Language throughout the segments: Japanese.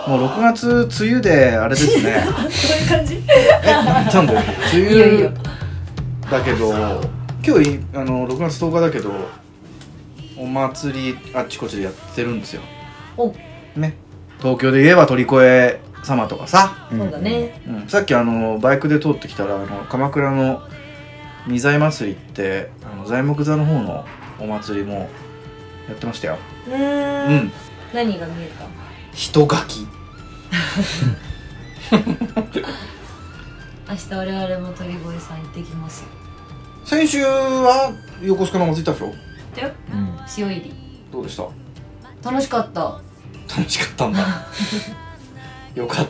もう6月梅雨であれですねそういう感じなんだよ梅いいよいいよ雨だけど今日6月10日だけどお祭りあっちこっちでやってるんですよ。 おね、東京で言えば鳥越様とかさ、 そうだね、 さっきバイクで通ってきたら鎌倉の御材祭りって材木座の方のお祭りもやってましたよ。 何が見えた？ 人書き明日我々も鳥越さん行ってきますよ。 先週は横須賀のお祭り行ったでしょ。 だよ、塩入りどうでした？ 楽しかった。 楽しかったんだよかった。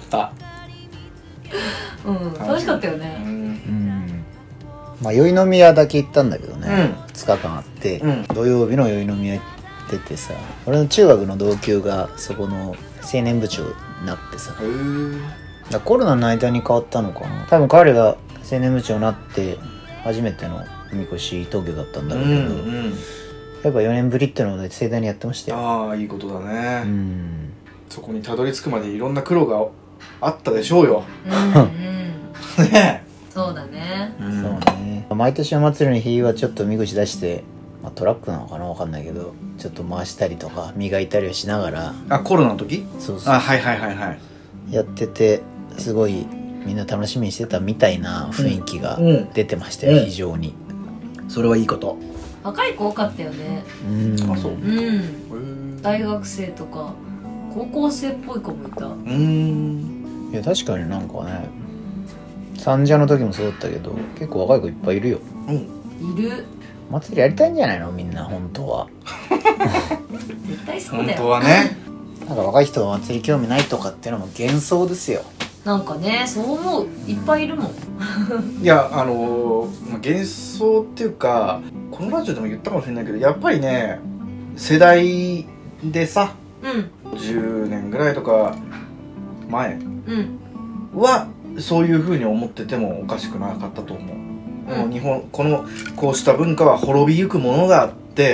楽しかったよね。 まあ宵飲み屋だけ行ったんだけどね、2日間あって、土曜日の宵飲み屋行っててさ、俺の中学の同級がそこの青年部長になってさ、だコロナの間に変わったのかな、多分彼が青年部長になって初めてのおみこし東京だったんだろうけど、やっぱ4年ぶりってので盛大にやってましたよ。 ああいいことだね。そこにたどり着くまでいろんな苦労があったでしょうよ。ね。 そうだね。 そうね。毎年お祭りの日はちょっとみこし出して、まあ、トラックなのかなわかんないけど、ちょっと回したりとか磨いたりをしながら。 あ、コロナの時？ そうそう。 あ、はいはいはいはい。 やっててすごいみんな楽しみにしてたみたいな雰囲気が出てましたよ、非常に。 それはいいこと。 若い子多かったよね。 あ、そう。 大学生とか高校生っぽい子もいた。 いや確かになんかね、三社の時もそうだったけど結構若い子いっぱいいるよ。 いる。 お祭りやりたいんじゃないのみんな本当は。 絶対そうだよ。 本当はね。 なんか若い人がお祭り興味ないとかっていうのも幻想ですよ。 なんかね、そう思う。いっぱいいるもん。 いや幻想っていうか、このラジオでも言ったかもしれないけど、やっぱりね世代でさ、10年ぐらいとか前はそういう風に思っててもおかしくなかったと思う。日本こうした文化は滅びゆくものがあって、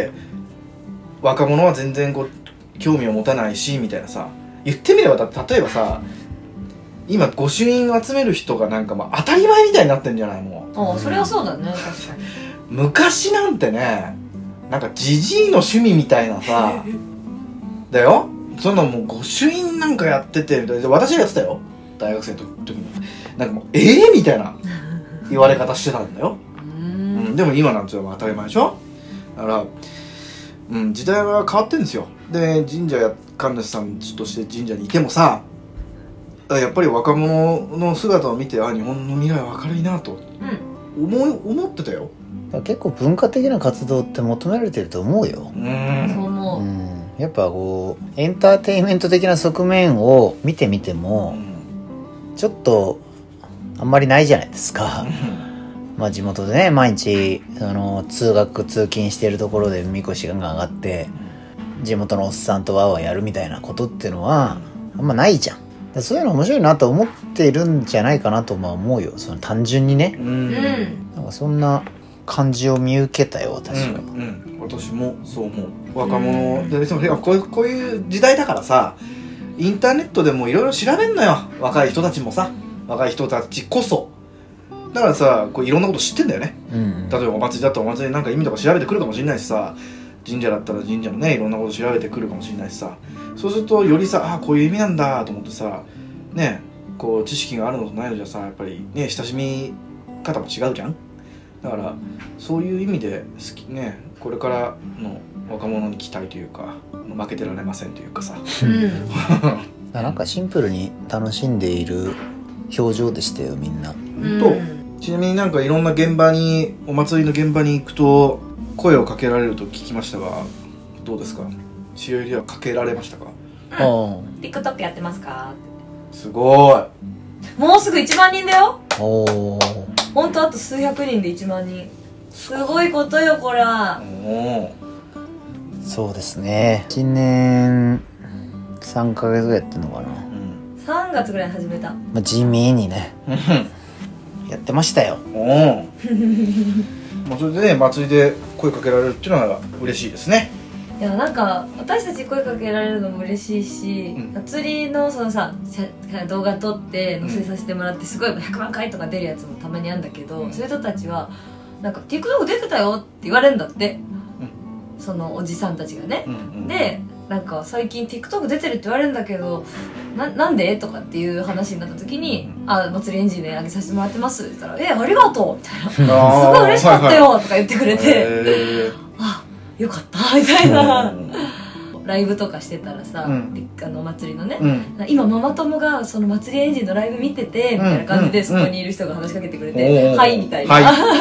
若者は全然興味を持たないしみたいなさ、言ってみれば例えばさ、今御朱印集める人がなんか当たり前みたいになってんじゃない？もうそれはそうだね。確かに昔なんてね、なんかジジイの趣味みたいなさだよ。そんなもう御朱印なんかやっててみたいな。私がやってたよ、大学生の時に。なんかもうみたいな言われ方してたんだよ。でも今なんて当たり前でしょ。だから、時代は変わってんですよ。で神社や神主さんとして神社にいてもさ、やっぱり若者の姿を見て、日本の未来は明るいなと思ってたよ。 結構文化的な活動って求められてると思うよ。 そう思う。 やっぱエンターテインメント的な側面を見てみても、ちょっとあんまりないじゃないですか。まあ地元でね、毎日通学通勤しているところでみこしが上がって地元のおっさんとワーワーやるみたいなことっていうのはあんまないじゃん。そういうの面白いなと思っているんじゃないかなと思うよ。単純にね、なんかそんな感じを見受けたよ、私は。 私もそう思う。若者でこういう時代だからさ、インターネットでもいろいろ調べんのよ、若い人たちもさ。若い人たちこそだからさ、いろんなこと知ってんだよね。例えばお祭りだったらお祭りなんか意味とか調べてくるかもしれないしさ、神社だったら神社のねいろんなこと調べてくるかもしれないしさ、そうするとよりさ、こういう意味なんだと思ってさね、知識があるのとないのじゃさ、やっぱりね親しみ方も違うじゃん。だからそういう意味でこれからの若者に期待というか、負けてられませんというかさ、 なんかシンプルに楽しんでいる表情でしたよ、みんな。ちなみになんかいろんな現場に、お祭りの現場に行くと声をかけられると聞きましたが、どうですか？塩入りはかけられましたか ？TikTok やってますか？ すごい。 もうすぐ1万人だよ。 ほんとあと数百人で1万人。すごいことよこれは。 そうですね。1年3ヶ月ぐらいやってんのかな。 3月ぐらいに始めた。 地味にねやってましたよ。 それでね、祭りで声かけられるっていうのは嬉しいですね。 いいやなんか私たち声かけられるのも嬉しいし、祭りのそのさ動画撮って載せさせてもらってすごい100万回とか出るやつもたまにあるんだけど、そういう人たちはなんか TikTok 出てたよって言われるんだって、そのおじさんたちがね、でなんか最近 TikTok 出てるって言われるんだけどなんでとかっていう話になった時に「祭りエンジンで上げさせてもらってます」って言ったら「ありがとう」みたいな「すごい嬉しかったよ」とか言ってくれて「あよかった」みたいなライブとかしてたらさ、お祭りのね、今ママ友がその祭りエンジンのライブ見ててみたいな感じでそこにいる人が話しかけてくれて「はい」みたいな。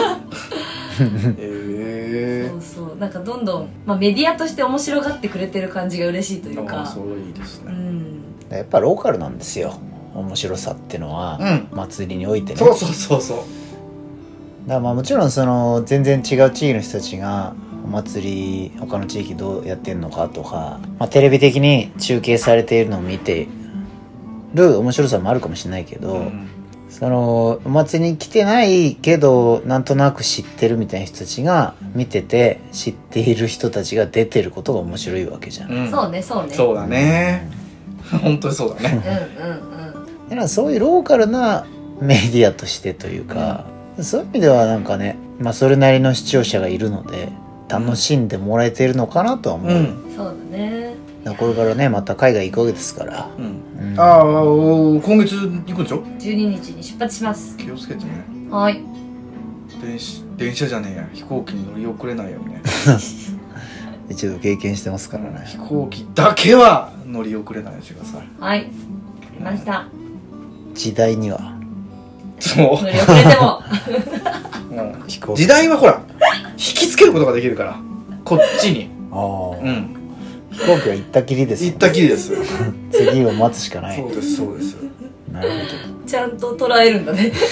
そうそう、なんかどんどん、メディアとして面白がってくれてる感じが嬉しいというか。 そういいですね。 やっぱローカルなんですよ、面白さっていうのは、祭りにおいてね。 そうそうそうそう。 だからもちろんその全然違う地域の人たちがお祭り他の地域どうやってんのかとか、テレビ的に中継されているのを見てる面白さもあるかもしれないけど、そのお祭りに来てないけどなんとなく知ってるみたいな人たちが見てて知っている人たちが出てることが面白いわけじゃん、 そうねそうね、 そうだね本当にそうだね。 だからそういうローカルなメディアとしてというか、そういう意味ではなんかね、それなりの視聴者がいるので楽しんでもらえてるのかなとは思う、 そうだね。 これからねまた海外行くわけですから、 今月行くんでしょ。 12日に出発します。 気をつけてね。 はい。 電車じゃねえや、飛行機に乗り遅れないようにね一度経験してますからね。 飛行機だけは乗り遅れないようにしてください。 はい、来ました。 時代にはそう乗り遅れても時代はほら引きつけることができるからこっちに。 飛行機は行ったきりです、 行ったきりです次を待つしかない。 そうですそうです。 なるほど。 ちゃんと捉えるんだね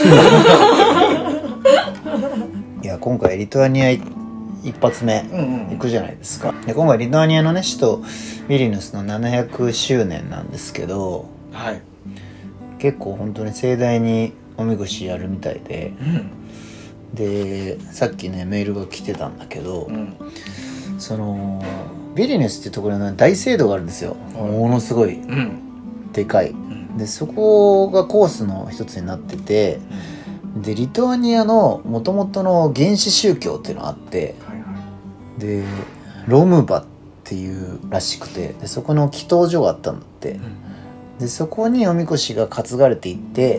いや今回リトアニア一発目行くじゃないですか。で今回リトアニアのね首都ビリニュスの700周年なんですけど、結構本当に盛大におみこしやるみたいで、でさっきねメールが来てたんだけど、そのビリニュスっていうところに大聖堂があるんですよ、ものすごいでかい、でそこがコースの一つになってて、でリトアニアのもともとの原始宗教っていうのがあって、でロムバっていうらしくて、でそこの祈祷所があったんだって、でそこにおみこしが担がれていって、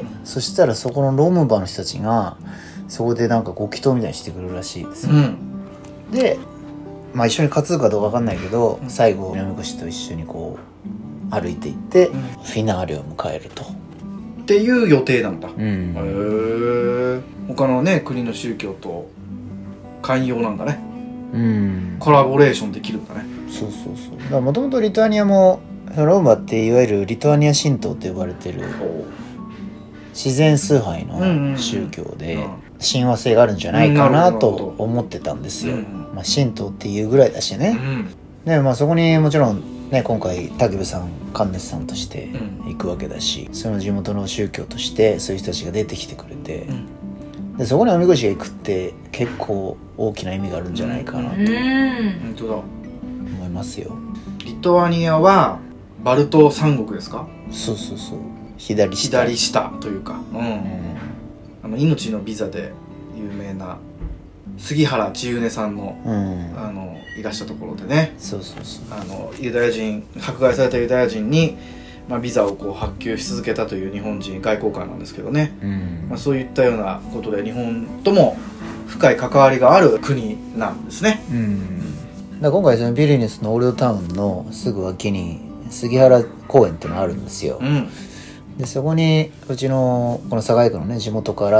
そしたらそこのロムバの人たちがそこでなんかご祈祷みたいにしてくれるらしいですよ、で一緒に担ぐかどうか分かんないけど、最後おみこしと一緒にこう歩いていって、フィナーレを迎えるとっていう予定なんだ。へえ。他のね国の宗教と寛容なんだね。コラボレーションできるんだね。そうだからもともとリトアニアもローマっていわゆるリトアニア神道と呼ばれてる自然崇拝の宗教で親和性があるんじゃないかなと思ってたんですよ、神道っていうぐらいだしね、でそこにもちろんね今回武部さん神主さんとして行くわけだし、その地元の宗教としてそういう人たちが出てきてくれて、でそこにおみこしが行くって結構大きな意味があるんじゃないかなと思いますよ。 リトアニアはバルト三国ですか。 そう左下というか、命のビザで有名な杉原千畝さんの、いらしたところでね、ユダヤ人迫害されたユダヤ人に、ビザをこう発給し続けたという日本人外交官なんですけどね、そういったようなことで日本とも深い関わりがある国なんですね。 だ今回そのビリニュスのオールドタウンのすぐ脇に杉原公園っていうのがあるんですよ、でそこにうちのこの堺区のね地元から、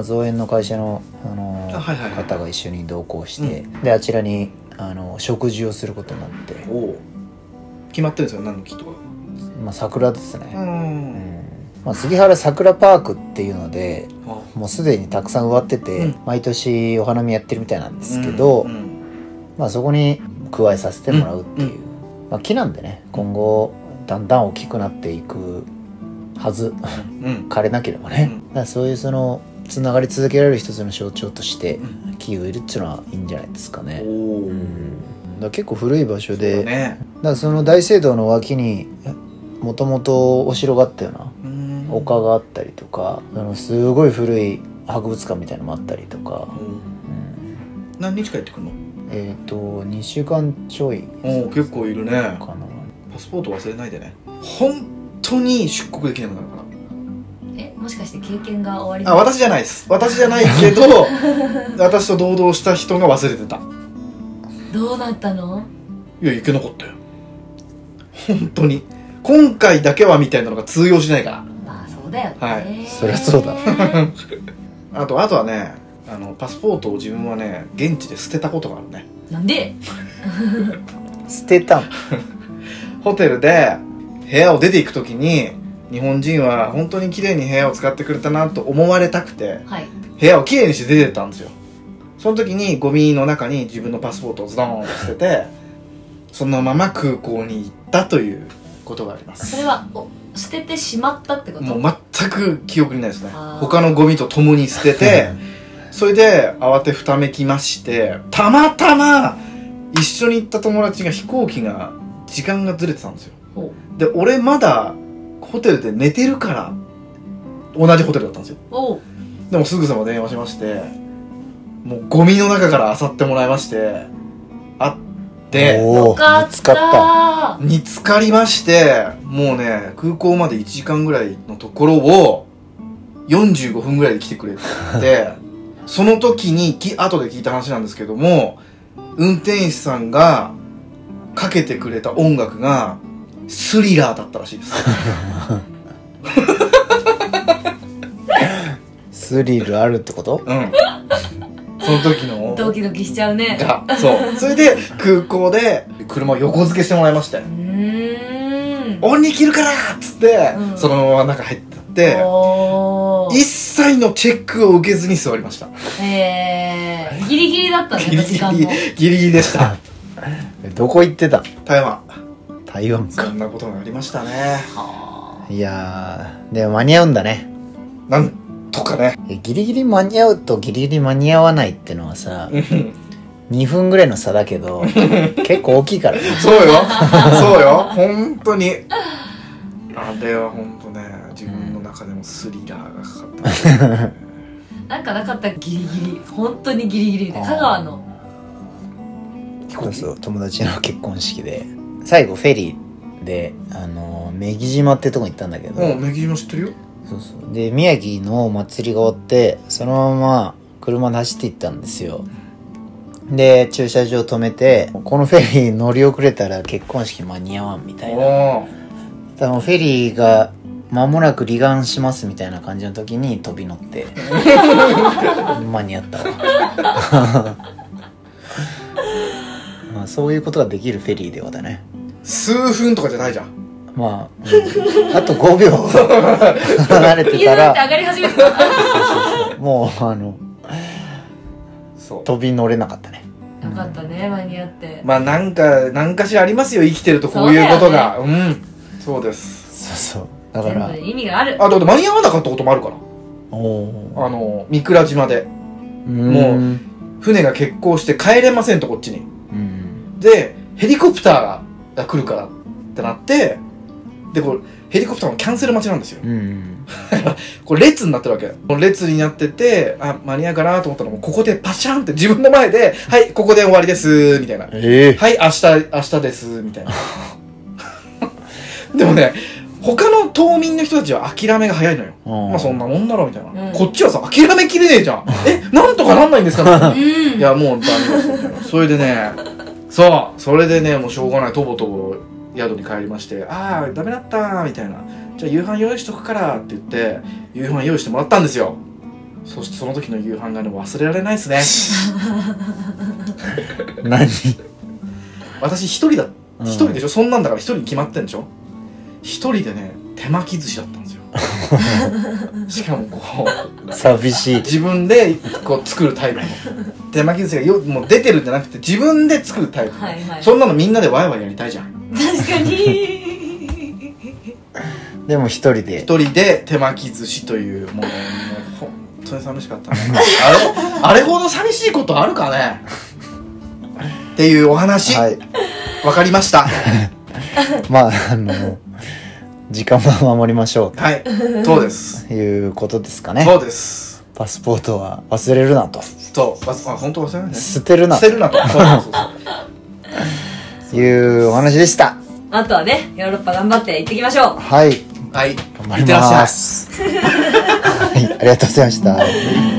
造園の会社の、方が一緒に同行して、であちらに食事をすることになって。 決まってるんですか、何の木とか。 桜ですね。杉原桜パークっていうのでもうすでにたくさん植わってて、毎年お花見やってるみたいなんですけど、そこに加えさせてもらうっていう、木なんでね今後だんだん大きくなっていくはず、枯れなければね、だからそういうそのつながり続けられる一つの象徴として木を植えるっていうのはいいんじゃないですかね。 から結構古い場所で、 そうだね、 だからその大聖堂の脇にもともとお城があったような丘があったりとか、すごい古い博物館みたいなのもあったりとか、 何日帰ってくるの 2週間ちょい結構いるね。 かな。 パスポート忘れないでね。本当に出国できなくなるから。 もしかして経験が終わり？ 私じゃないです。私じゃないけど私と同道した人が忘れてた。 どうなったの？ いや、いけなかったよ。本当に今回だけはみたいなのが通用しないから。 まあそうだよね、 はい、 そりゃそうだあとはね、パスポートを自分はね現地で捨てたことがあるね。 なんで？ 捨てたの？ ホテルで部屋を出ていくときに、日本人は本当に綺麗に部屋を使ってくれたなと思われたくて、 はい、 部屋を綺麗にして出てったんですよ。その時にゴミの中に自分のパスポートをズドーンと捨ててそのまま空港に行ったということがあります。 それは捨ててしまったってこと？ もう全く記憶にないですね。他のゴミと共に捨ててそれで慌てふためきまして、たまたま一緒に行った友達が飛行機が時間がずれてたんですよ。で俺まだホテルで寝てるから、同じホテルだったんですよ。でもすぐさま電話しまして、もうゴミの中から漁ってもらいまして、会ってよかった見つかりまして、もうね空港まで1時間ぐらいのところを45分ぐらいで来てくれてその時に後で聞いた話なんですけども、運転手さんがかけてくれた音楽がスリラーだったらしいですスリルあるってこと？ うん。その時のドキドキしちゃうね。 そう。それで空港で車を横付けしてもらいまして、オンに切るからっつって、そのまま中入ってって一切のチェックを受けずに座りました。 ギリギリだったね。 ギリギリでしたどこ行ってた？ 台湾か。そんなことがありましたね。 いやー、でも間に合うんだね。 なんとかね。 ギリギリ間に合うとギリギリ間に合わないってのはさ2分ぐらいの差だけど結構大きいからね。 そうよそうよ、本当にあれは本当ね、自分の中でもスリラーがかかった、ね、 なんかなかったギリギリ、本当にギリギリで、香川のそう友達の結婚式で最後フェリーで女木島ってとこに行ったんだけど、 女木島知ってるよ。 そうで宮城のお祭りが終わってそのまま車で走って行ったんですよ。で駐車場止めて、このフェリー乗り遅れたら結婚式間に合わんみたいな、多分フェリーが間もなく離岸しますみたいな感じの時に飛び乗って間に合ったわまあそういうことができるフェリーではだね。 数分とかじゃないじゃん。 まあ、あと5秒離れてたら上がり始めたもうそう飛び乗れなかったね。 よかったね、間に合って。 まあなんかしらありますよ、生きてるとこういうことが。そうだよね、そうです。 そうだから全部意味がある。 だって間に合わなかったこともあるから。三倉島でもう船が欠航して帰れませんと、こっちに。でヘリコプターが来るからってなって、でこれヘリコプターのキャンセル待ちなんですよ。これ列になってるわけ。この列になってて、間に合うかなと思ったら、もうここでパシャンって自分の前で「はいここで終わりです」みたいな「はい明日です」みたいなでもね、他の島民の人たちは諦めが早いのよ。まあそんなもんだろみたいな、こっちはさ諦めきれねえじゃんなんとかなんないんですかみたいな、いやもうダメですみたいな。それでね、それでね、もうしょうがない、とぼとぼ宿に帰りまして、ああダメだったみたいな、じゃあ夕飯用意しとくからって言って夕飯用意してもらったんですよ。そしてその時の夕飯がね、忘れられないですね何？ 私一人でしょ、そんなんだから一人に決まってんでしょ。一人でね、手巻き寿司だったんですよしかもこう寂しい自分でこう作るタイプの手巻き寿司がもう出てるんじゃなくて自分で作るタイプ、そんなのみんなでワイワイやりたいじゃん。 確かにでも一人で手巻き寿司という、もう本当に寂しかったねあれほど寂しいことあるかねっていうお話、 はい。 わかりましたまあ、時間は守りましょう。 はいそうですということですかね。 そうですパスポートは忘れるなと。 そう本当忘れないね捨てるな捨てるなとそうというお話でした。 あとはねヨーロッパ頑張って行ってきましょう。 はい。 はい頑張りいってらっしゃいます。はい。ありがとうございました。